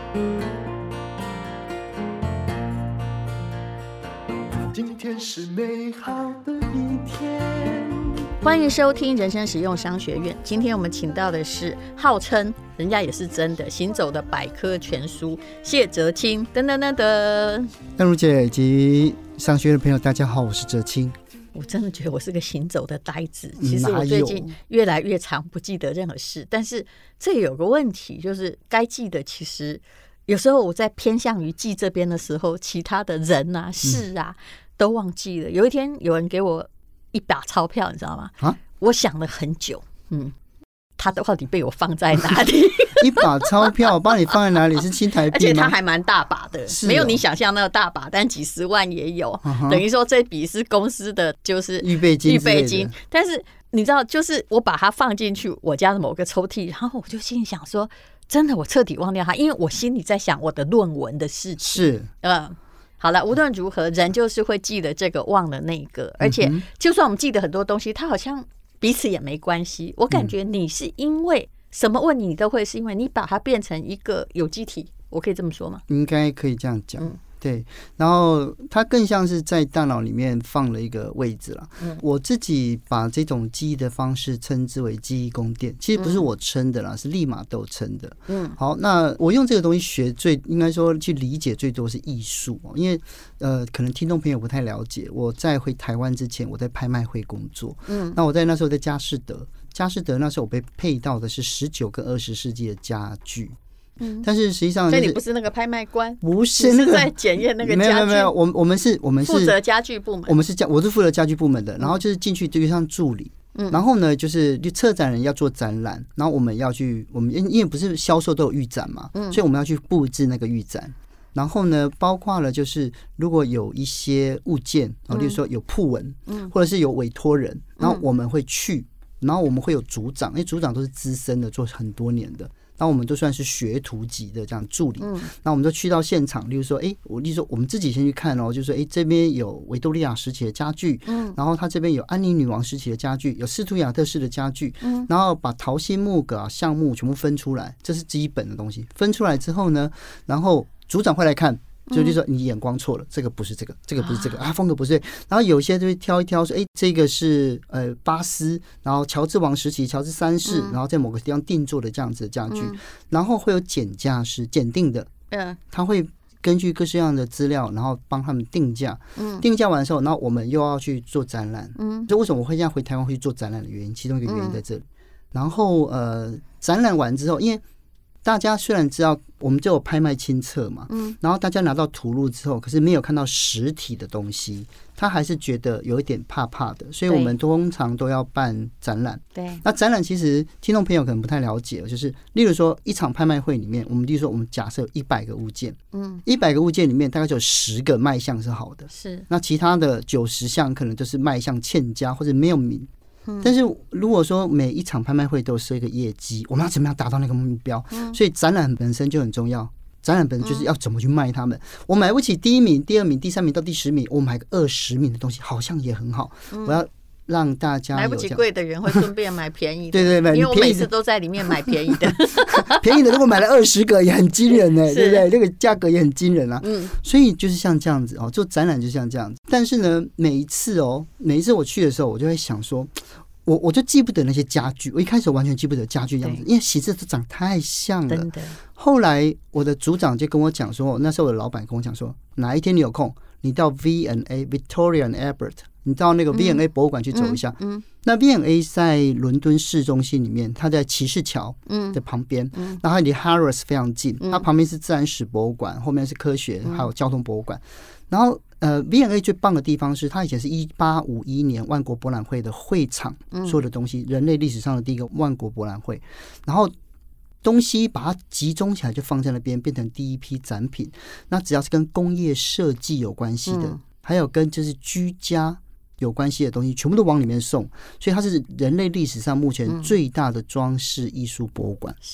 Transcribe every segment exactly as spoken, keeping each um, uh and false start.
今天是美好的一天。 欢迎收听人生实用商学院。今天我们请到的是号称人家也是真的行走的百科全书谢哲青。噔噔噔噔， 淡如姐以及商学院的朋友大家好，我是哲青。 我真的觉得我是个行走的呆子，其实我最近越来越常不记得任何事，但是这有个问题，就是该记的其实有时候我在偏向于记这边的时候，其他的人啊事啊、嗯、都忘记了。有一天有人给我一把钞票，你知道吗？啊，我想了很久，嗯，他到底被我放在哪里？ 一把钞票帮你放在哪里？是新台币吗？ 而且它还蛮大把的， 是、哦、 没有你想象那个大把，但几十万也有。Uh-huh. 等于说这笔是公司的，就是预备金，预备金。 但是你知道，就是我把它放进去我家的某个抽屉，然后我就心里想说，真的，我彻底忘掉它，因为我心里在想我的论文的事情。 是， 嗯。好了，无论如何，人就是会记得这个，忘了那个。而且，就算我们记得很多东西，它好像彼此也没关系。我感觉你是因为什么问你，你都会是因为你把它变成一个有机体，我可以这么说吗？ 应该可以这样讲。嗯，对，然后它更像是在大脑里面放了一个位置了。嗯，我自己把这种记忆的方式称之为记忆宫殿，其实不是我称的啦，嗯、是利玛窦称的。嗯，好，那我用这个东西学最应该说去理解最多是艺术，因为呃，可能听众朋友不太了解，我在回台湾之前，我在拍卖会工作。嗯，那我在那时候在佳士得，佳士得那时候我被配到的是十九跟二十世纪的家具。嗯、但是实际上、就是， 所以你不是那个拍卖官， 不是那个， 你是在检验那个家具。 没有没有，我我们是我们是负责家具部门， 我们是家，我是负责家具部门的。然后就是进去就像助理，嗯、然后呢就是就策展人要做展览，然后我们要去，我们因为不是销售都有预展嘛，嗯、所以我们要去布置那个预展。然后呢，包括了就是如果有一些物件，然后例如说有铺文，嗯、或者是有委托人，然后我们会去，然后我们会有组长，因为组长都是资深的，做很多年的。那我们都算是学徒级的这样助理，嗯，那我们就去到现场，例如说，哎、欸，我例如说我们自己先去看哦，就是说，哎、欸，这边有维多利亚时期的家具，嗯，然后它这边有安妮女王时期的家具，有斯图亚特式的家具，嗯，然后把桃心木格啊橡木全部分出来，这是基本的东西。分出来之后呢，然后组长会来看。就就说你眼光错了，这个不是这个，这个不是这个啊，风格不是。然后有些就会挑一挑说，哎，这个是呃巴斯，然后乔治王时期、乔治三世，然后在某个地方定做的这样子的家具，然后会有检价师检定的，嗯，他会根据各式各样的资料，然后帮他们定价。嗯，定价完的时候，然后我们又要去做展览。嗯，就为什么我会现在回台湾会去做展览的原因，其中一个原因在这里。然后呃，展览完之后，因为大家虽然知道我们就有拍卖清册嘛，嗯，然后大家拿到图录之后，可是没有看到实体的东西，他还是觉得有一点怕怕的，所以我们通常都要办展览。 对， 那展览其实听众朋友可能不太了解，就是例如说一场拍卖会里面，我们例如说我们假设有一百个物件，嗯，一百个物件里面大概就有十个卖相是好的， 是，那其他的九十项可能就是卖相欠佳或者没有名。但是如果说每一场拍卖会都设一个业绩，我们要怎么样达到那个目标？嗯、所以展览本身就很重要。展览本身就是要怎么去卖他们。嗯、我买不起第一名、第二名、第三名到第十名，我买个二十名的东西好像也很好。嗯、我要让大家买不起贵的人会顺便买便宜的， 对对对， 因为我每次都在里面买便宜的， 便宜的如果买了二十个也很惊人哎、欸，对不对？这个价格也很惊人啊。嗯，所以就是像这样子哦，做展览就像这样子。但是呢，每一次哦，每一次我去的时候，我就会想说。我我就记不得那些家具，我一开始完全记不得家具样子，因为形制都长太像了。后来我的组长就跟我讲说，那时候我的老板跟我讲说，哪一天你有空，你到 V and A Victoria and Albert， 你到那个 V and A 博物馆去走一下。嗯嗯、那 V and A 在伦敦市中心里面，它在骑士桥的旁边，嗯、然后它离 Harrods 非常近，它旁边是自然史博物馆，后面是科学还有交通博物馆，然后。呃 ，V and A 最棒的地方是，它以前是一八五一年万国博览会的会场，所有的东西，人类历史上的第一个万国博览会，然后东西把它集中起来，就放在那边，变成第一批展品。那只要是跟工业设计有关系的，嗯、还有跟就是居家有关系的东西，全部都往里面送。所以它是人类历史上目前最大的装饰艺术博物馆。 是。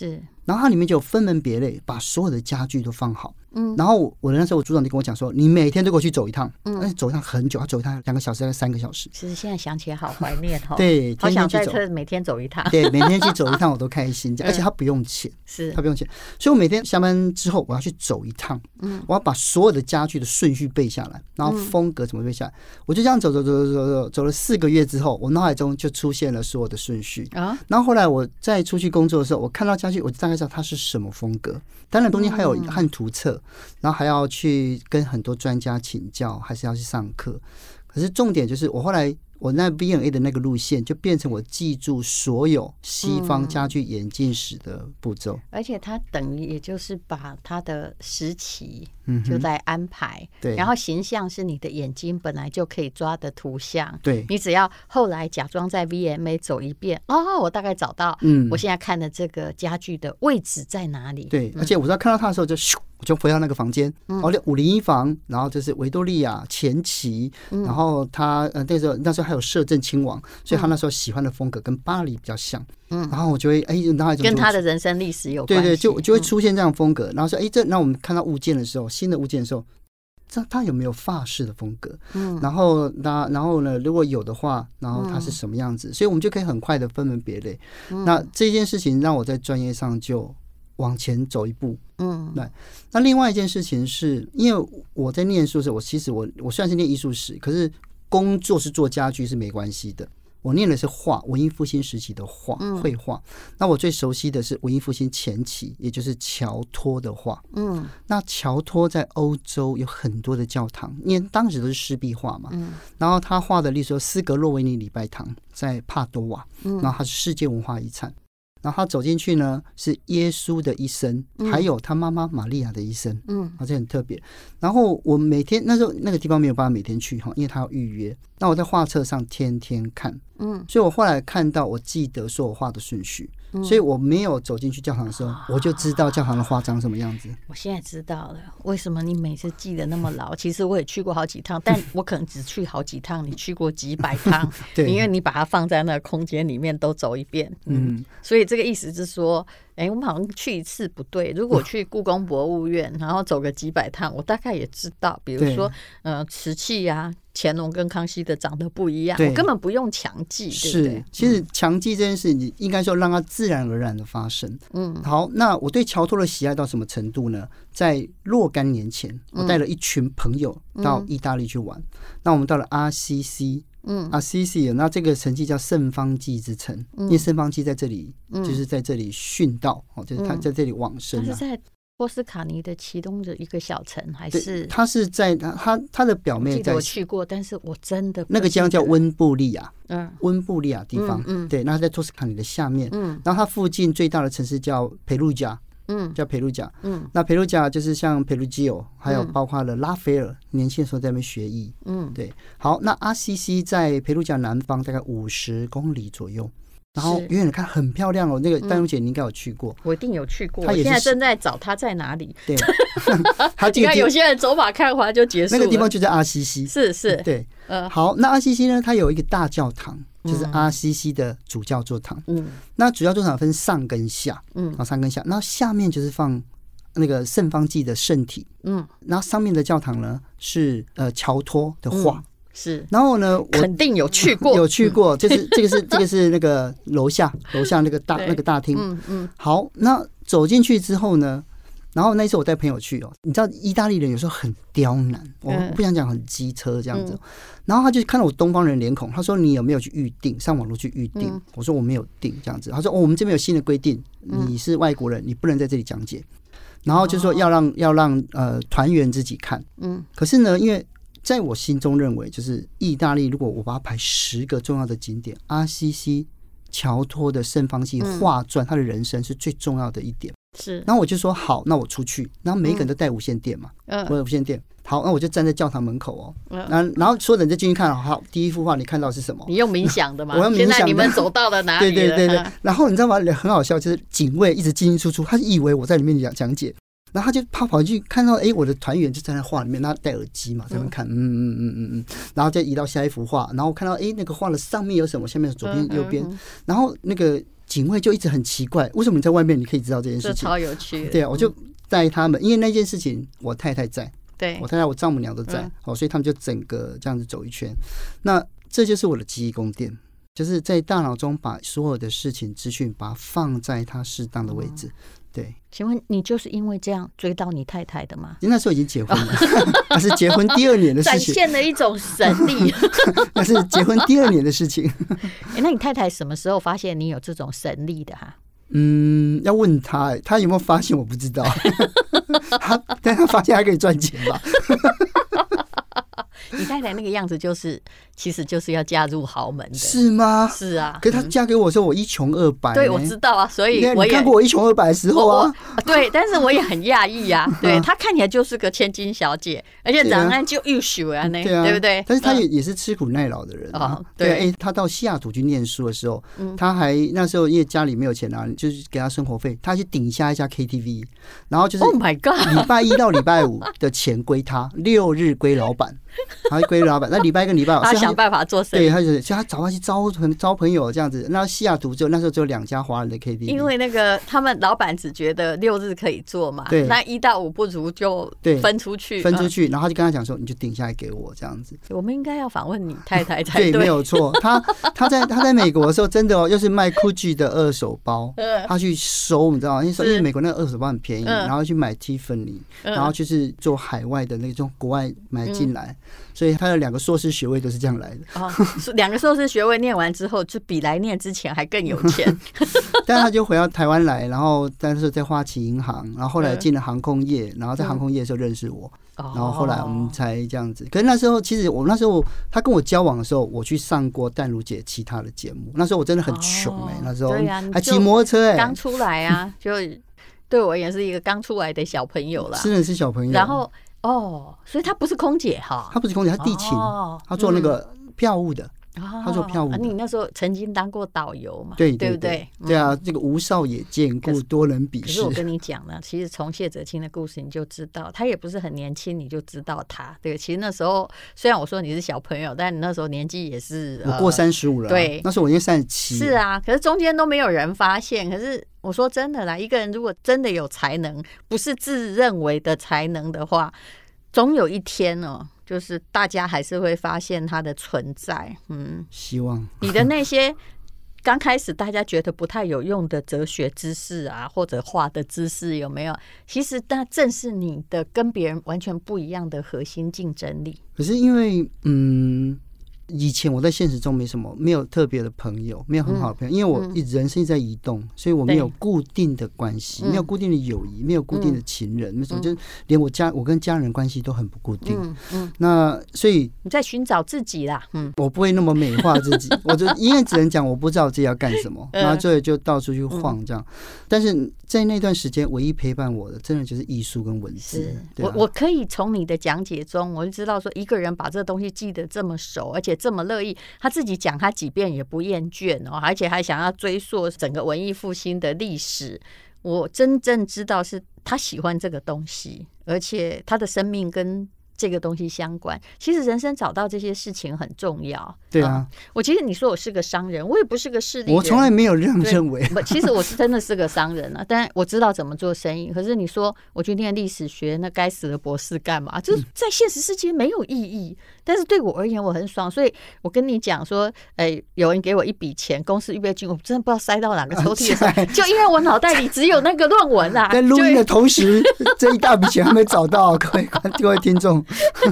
然后它里面就有分门别类，把所有的家具都放好。嗯，然后我那时候我组长就跟我讲说，你每天都给我去走一趟，嗯，而且走一趟很久，他走一趟两个小时，大概三个小时。 其实现在想起来好怀念哦， 对， 好想再次每天走一趟， 对，每天去走一趟我都开心，而且他不用钱， 是他不用钱，所以我每天下班之后我要去走一趟，嗯，我要把所有的家具的顺序背下来，然后风格怎么背下来，我就这样走走走走走走走了四个月之后，我脑海中就出现了所有的顺序啊。然后后来我再出去工作的时候，我看到家具，我就大概知道它是什么风格。当然中间还有看图册，然后还要去跟很多专家请教，还是要去上课。可是重点就是我后来我那 V and A 的那个路线就变成我记住所有西方家具演进史的步骤、嗯、 而且它等于也就是把它的时期就在安排、嗯、 对， 然后形象是你的眼睛本来就可以抓的图像， 对， 你只要后来假装在 V M A 走一遍，哦，我大概找到我现在看的这个家具的位置在哪里， 对、嗯、而且我在看到它的时候就咻我就回到那个房间，然后五零一房，然后就是维多利亚前期、嗯、然后他呃那时候那时候还有摄政亲王，所以他那时候喜欢的风格跟巴黎比较像，嗯，然后我就会哎，然后跟他的人生历史有关系， 对对，就就会出现这样的风格，然后说哎，这那我们看到物件的时候，新的物件的时候，这它有没有法式的风格？嗯，然后那然后呢，如果有的话，然后它是什么样子？嗯、所以我们就可以很快的分门别类。嗯、那这件事情让我在专业上就往前走一步。嗯，对。那另外一件事情是，因为我在念书的时候，我其实我我虽然是念艺术史，可是工作是做家具是没关系的。我念的是画，文艺复兴时期的画，绘画。那我最熟悉的是文艺复兴前期，也就是乔托的画。嗯，那乔托在欧洲有很多的教堂，因为当时都是湿壁画嘛。嗯，然后他画的，例如说斯格洛维尼礼拜堂在帕多瓦，嗯，然后它是世界文化遗产。然后他走进去呢，是耶稣的一生，还有他妈妈玛利亚的一生，嗯，这很特别。然后我每天那时候那个地方没有办法每天去哈，因为他要预约。那我在画册上天天看，嗯，所以我后来看到，我记得所有画的顺序，嗯、所以我没有走进去教堂的时候，我就知道教堂的画长什么样子。 我现在知道了，为什么你每次记得那么牢？其实我也去过好几趟，但我可能只去好几趟，你去过几百趟，对，因为你把它放在那个空间里面都走一遍，嗯，所以这个意思是说。哎，我们好像去一次不对。如果去故宫博物院，然后走个几百趟，我大概也知道，比如说，呃，瓷器啊，乾隆跟康熙的长得不一样，我根本不用强记，对不对？ 是，其实强记这件事，你应该说让它自然而然的发生。嗯，好，那我对乔托的喜爱到什么程度呢？在若干年前，我带了一群朋友到意大利去玩，嗯、那我们到了阿西西。嗯，阿西西，那这个城记叫圣方济之城，嗯、因为圣方济在这里，嗯、就是在这里殉道，哦，就是他在这里往生了。 他是在波斯卡尼的其中的一个小城，还是？ 他是在他他的表妹在。 我记得我去过，但是我真的不那个地方叫温布利亚，嗯，温布利亚地方，嗯，嗯对，那在托斯卡尼的下面，嗯，然后它附近最大的城市叫佩鲁加。嗯，叫佩鲁贾，嗯，那佩鲁贾就是像佩鲁吉欧，还有包括了拉斐尔，年轻的时候在那边学艺，嗯，对。好，那阿西西在佩鲁贾南方大概五十公里左右，然后远远的看很漂亮哦。那个丹如姐你应该有去过， 我一定有去过。我现在正在找它在哪里。 对， 他你看有些人走马看花就结束了。 那个地方就在阿西西， 是是， 对，呃，好，那阿西西呢，它有一个大教堂。就是阿西西的主教座堂，嗯，那主教座堂分上跟下，嗯，然后上跟下，然后下面就是放那个圣方济的圣体，嗯，然后上面的教堂呢是呃乔托的画，嗯、 是， 然后呢，我肯定有去过， 有去过，就是这个是这个是那个楼下楼下那个大那个大厅，嗯嗯，好，那走进去之后呢？然后那一次我带朋友去哦，你知道意大利人有时候很刁难，我不想讲很机车这样子。嗯、然后他就看到我东方人脸孔，他说你有没有去预定？上网络去预定？嗯、我说我没有订这样子。他说哦，我们这边有新的规定，你是外国人，你不能在这里讲解。然后就说要让、哦、要让呃团员自己看。嗯。可是呢，因为在我心中认为，就是意大利如果我把它排十个重要的景点，阿西西、乔托的圣方济画传，他的人生是最重要的一点。 是， 然后我就说好，那我出去，然后每一个人都带无线电嘛，嗯，我有无线电，好，那我就站在教堂门口哦，嗯，然后然后所有人就进去看，好，第一幅画你看到是什么？ 你用冥想的吗？ 我用冥想的。 现在你们走到了哪里了？ 对对对对。然后你知道吗？很好笑，就是警卫一直进进出出，他以为我在里面讲讲解，然后他就跑跑去看到，哎，我的团员就在那画里面，他戴耳机嘛，在那看，嗯嗯嗯嗯嗯，然后再移到下一幅画，然后看到，哎，那个画的上面有什么，下面有左边右边，然后那个。 警卫就一直很奇怪，为什么你在外面你可以知道这件事情？ 这超有趣的。 对啊，我就带他们，因为那件事情我太太在， 对我太太我丈母娘都在，嗯哦、所以他们就整个这样子走一圈。那这就是我的记忆宫殿，就是在大脑中把所有的事情资讯把它放在它适当的位置。嗯对， 请问你就是因为这样追到你太太的吗？ 那时候已经结婚了，那是结婚第二年的事情， 展现了一种神力。 那是结婚第二年的事情。 欸、那你太太什么时候发现你有这种神力的哈？ 嗯，要问他，他有没有发现我不知道。他但他发现还可以赚钱吧？ 你太太那个样子，就是其实就是要嫁入豪门的， 是吗？ 是啊。 可是她嫁给我的时候，我一穷二白、欸。 对，我知道啊，所以我也你看过我一穷二白的时候啊。 对，但是我也很讶异啊。对，她看起来就是个千金小姐，而且长得就优秀啊，那、啊、对不对？ 但是她也也是吃苦耐劳的人、啊。哦、对，哎、欸，她到西雅图去念书的时候，她、嗯、还那时候因为家里没有钱啊，就是给她生活费，她去顶下一家 K T V， 然后就是 Oh my God， 礼拜一到礼拜五的钱归她，六日归老板。他归老板，那礼拜一跟礼拜五， 他想办法做生意。 对，他就是，所以他找他去招招朋友这样子。那西雅图只有那时候只有两家华人的 K T V， 因为那个他们老板只觉得六日可以做嘛， 对， 那一到五不如就分出去， 分出去。然后他就跟他讲说，你就顶下来给我这样子。 我们应该要访问你太太才对， 对，没有错。他他在他在美国的时候，真的哦，又是卖 Gucci 的二手包，他去收，你知道吗？因为因为美国那个二手包很便宜，然后去买 Tiffany， 然后就是做海外的那种国外买进来。所以他的两个硕士学位都是这样来的。 哦，两个硕士学位念完之后，就比来念之前还更有钱。 但他就回到台湾来，然后但是在花旗银行，然后后来进了航空业，然后在航空业的时候认识我，嗯、然后后来我们才这样子。可是那时候其实我那时候他跟我交往的时候，我去上过淡如姐其他的节目。那时候我真的很穷哎、欸，哦、那时候还骑摩托车哎、欸， 刚出来啊，就对我而言是一个刚出来的小朋友啦， 真的是小朋友。 然后。哦，所以她不是空姐哈， 她不是空姐，她地勤，哦、她做那个票务的，嗯、她做票务的、啊。 你那时候曾经当过导游嘛？ 对对不对？ 对啊，这个无少也见，故多人鄙视。 可是我跟你讲呢，其实从谢哲青的故事你就知道，他也不是很年轻，你就知道他。对，其实那时候虽然我说你是小朋友，但你那时候年纪也是我过三十五了，对，那时候我已经三十七。 是啊，可是中间都没有人发现，可是。我说真的啦，一个人如果真的有才能，不是自认为的才能的话，总有一天哦，就是大家还是会发现他的存在。嗯， 希望你的那些刚开始大家觉得不太有用的哲学知识啊，或者画的知识有没有？其实那正是你的跟别人完全不一样的核心竞争力。 可是因为嗯。以前我在现实中没什么，没有特别的朋友，没有很好的朋友，嗯、因为我人生一直在移动，所以我没有固定的关系，没有固定的友谊，没有固定的情人，那种、嗯、就连我家我跟家人关系都很不固定。嗯嗯、那所以你在寻找自己啦，嗯， 我不会那么美化自己，我就因为只能讲我不知道自己要干什么，然后最后就到处去晃这样。嗯、但是在那段时间，唯一陪伴我的，真的就是艺术跟文字。 啊、我我可以从你的讲解中，我就知道说一个人把这个东西记得这么熟，而且这么乐意，他自己讲他几遍也不厌倦哦，而且还想要追溯整个文艺复兴的历史。我真正知道是他喜欢这个东西，而且他的生命跟这个东西相关。其实人生找到这些事情很重要。 对啊， 嗯、我其实你说我是个商人，我也不是个势利人， 我从来没有这样认为。 其实我是真的是个商人啊，但我知道怎么做生意。可是你说我去念历史学，那该死的博士干嘛？就是在现实世界没有意义。但是对我而言，我很爽。所以我跟你讲说，哎，有人给我一笔钱，公司预备金，我真的不知道塞到哪个抽屉的时候，就因为我脑袋里只有那个论文啊。 在录音的同时，这一大笔钱还没找到，各位各位听众。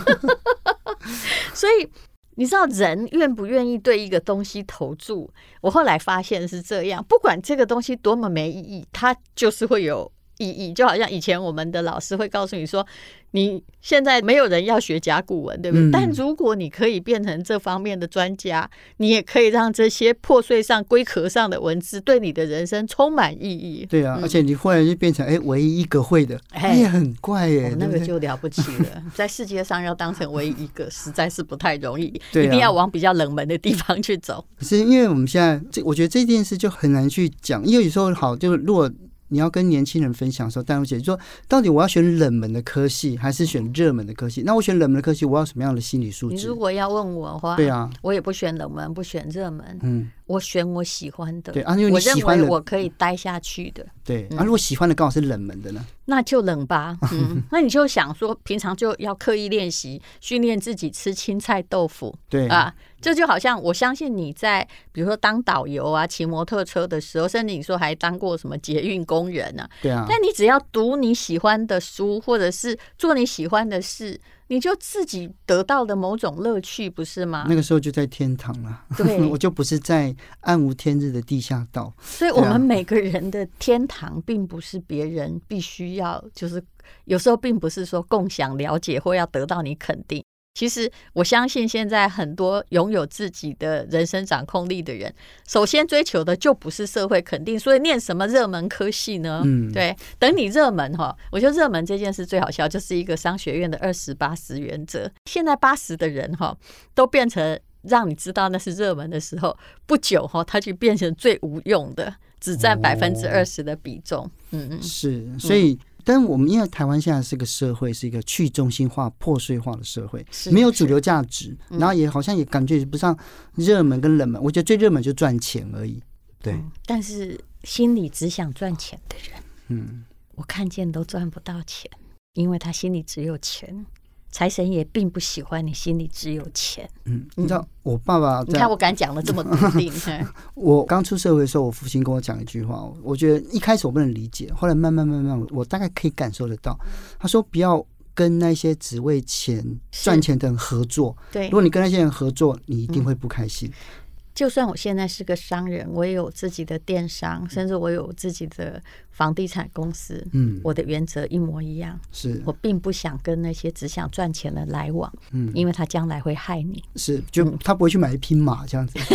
所以你知道人愿不愿意对一个东西投注，我后来发现是这样，不管这个东西多么没意义，它就是会有意义。就好像以前我们的老师会告诉你说，你现在没有人要学甲骨文，对不对？嗯、但如果你可以变成这方面的专家，你也可以让这些破碎上龟壳上的文字对你的人生充满意义。 对啊，嗯、而且你忽然就变成哎唯一一个会的，哎也很怪耶、 哦，那个就了不起了。在世界上要当成唯一一个，实在是不太容易， 对啊、 一定要往比较冷门的地方去走。 可是因为我们现在这，我觉得这件事就很难去讲，因为有时候好，就是如果你要跟年轻人分享的时候，淡如姐说，到底我要选冷门的科系还是选热门的科系？那我选冷门的科系，我要什么样的心理素质？ 你如果要问我的话， 对啊， 我也不选冷门，不选热门。嗯， 我选我喜欢的， 对啊，因为你喜欢的， 我认为我可以待下去的。 对、嗯、啊，如果喜欢的刚好是冷门的呢， 那就冷吧。嗯，那你就想说，平常就要刻意练习，训练自己吃青菜豆腐。 对啊，这就好像我相信你在比如说当导游啊、骑摩托车的时候，甚至你说还当过什么捷运工人啊。 对啊。 但你只要读你喜欢的书，或者是做你喜欢的事，你就自己得到的某种乐趣，不是吗？ 那个时候就在天堂了。对，我就不是在暗无天日的地下道。 所以我们每个人的天堂并不是别人必须要，就是有时候并不是说共享了解或要得到你肯定。其实我相信现在很多拥有自己的人生掌控力的人，首先追求的就不是社会肯定，所以念什么热门科系呢？嗯，对，等你热门哈，我觉得热门这件事最好笑，就是一个商学院的二十八十原则。现在八十的人哈，都变成让你知道那是热门的时候，不久哈，它就变成最无用的，只占百分之二十的比重。嗯嗯， 是，所以。嗯，但我们因为台湾现在是个社会，是一个去中心化、破碎化的社会，没有主流价值，然后也好像也感觉不上热门跟冷门。我觉得最热门就赚钱而已。对、嗯， 但是心里只想赚钱的人，嗯，我看见都赚不到钱，因为他心里只有钱。财神爷并不喜欢你心里只有钱。 嗯，你知道我爸爸， 你看我敢讲的这么笃定。 我刚出社会的时候，我父亲跟我讲一句话，我觉得一开始我不能理解，后来慢慢慢慢，我大概可以感受得到。他说不要跟那些只为钱赚钱的人合作。对，如果你跟那些人合作，你一定会不开心。嗯， 就算我现在是个商人，我也有自己的电商，甚至我有自己的房地产公司，嗯，我的原则一模一样，是我并不想跟那些只想赚钱的来往，嗯，因为他将来会害你， 是就他不会去买一匹马这样子。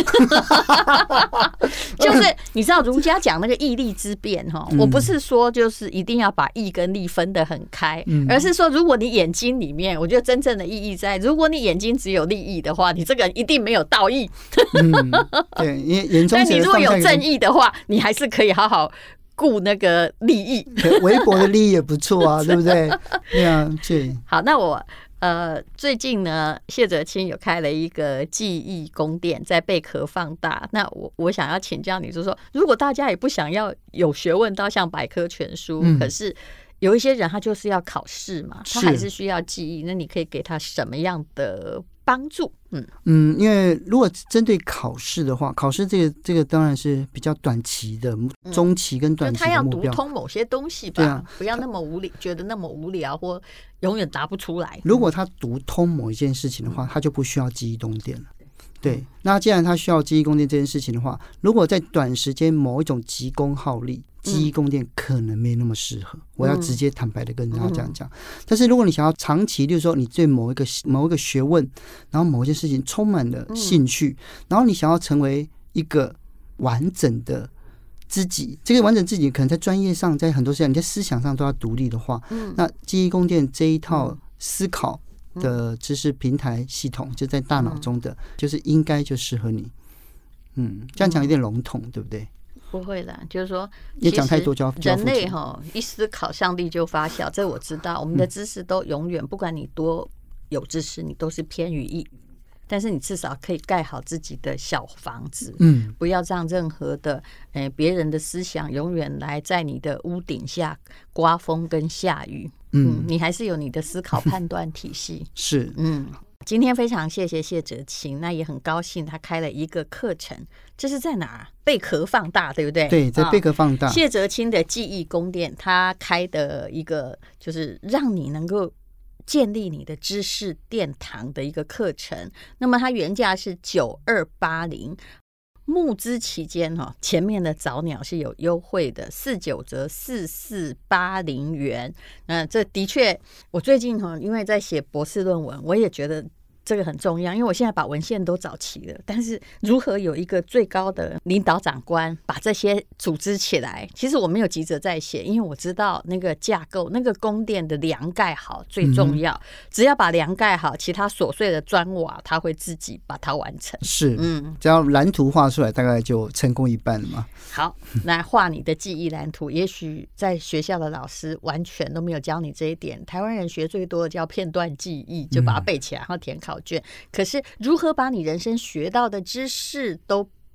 就是你知道儒家讲那个义利之辩哈，我不是说就是一定要把义跟利分得很开，嗯，而是说如果你眼睛里面，我觉得真正的意义在，如果你眼睛只有利益的话，你这个人一定没有道义。嗯， 对，因为眼中但你如果有正义的话，你还是可以好好顾那个利益， 微薄的利益也不错啊，对不对？对啊，对。 好，那我呃最近呢，谢哲青有开了一个记忆宫殿，在贝壳放大。那我我想要请教你，就是说，如果大家也不想要有学问到像百科全书，嗯，可是有一些人他就是要考试嘛，他还是需要记忆，那你可以给他什么样的帮助？嗯嗯，因为如果针对考试的话，考试这个这个当然是比较短期的、中期跟短期的目标。 他要读通某些东西吧，啊，不要那么无聊，觉得那么无聊或永远答不出来。 如果他读通某一件事情的话，他就不需要记忆宫殿了。对，那既然他需要记忆宫殿这件事情的话，如果在短时间某一种急功好利，记忆宫殿可能没那么适合，嗯，我要直接坦白的跟大家这样讲，嗯。但是如果你想要长期，就是说你对某一个某一个学问，然后某一件事情充满了兴趣，嗯，然后你想要成为一个完整的自己，这个完整自己可能在专业上，在很多事情，你在思想上都要独立的话，嗯，那记忆宫殿这一套思考的知识平台系统，就在大脑中的，就是应该就适合你。嗯，这样讲有点笼统，对不对？ 不会的，就是说， 也讲太多就要人类哈一思考，上帝就发笑，这我知道。我们的知识都永远，不管你多有知识，你都是偏于一，但是你至少可以盖好自己的小房子，嗯，不要让任何的呃别人的思想永远来在你的屋顶下刮风跟下雨。嗯，你还是有你的思考判断体系。 是， 嗯。今天非常谢谢谢哲青，那也很高兴他开了一个课程，这是在哪儿？贝壳放大，对不对？ 对，在贝壳放大。哦， 谢哲青的记忆宫殿，他开的一个就是让你能够建立你的知识殿堂的一个课程。那么它原价是九二八零。募资期间前面的早鸟是有优惠的，四九折四四八零元。那这的确，我最近因为在写博士论文，我也觉得这个很重要，因为我现在把文献都找齐了，但是如何有一个最高的领导长官把这些组织起来，其实我没有急着在写，因为我知道那个架构，那个宫殿的梁盖好最重要，嗯，只要把梁盖好，其他琐碎的砖瓦它会自己把它完成。 是，嗯，只要蓝图画出来，大概就成功一半了嘛。 好，那画你的记忆蓝图，也许在学校的老师完全都没有教你这一点，台湾人学最多的叫片段记忆，就把它背起来，然后填考卷。可是如何把你人生学到的知识都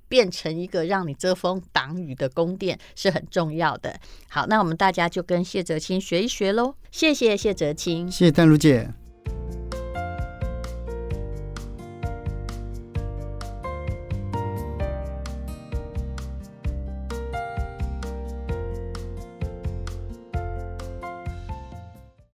变成一个让你遮风挡雨的宫殿是很重要的。好，那我们大家就跟谢哲青学一学喽。谢谢谢哲青， 谢谢淡如姐。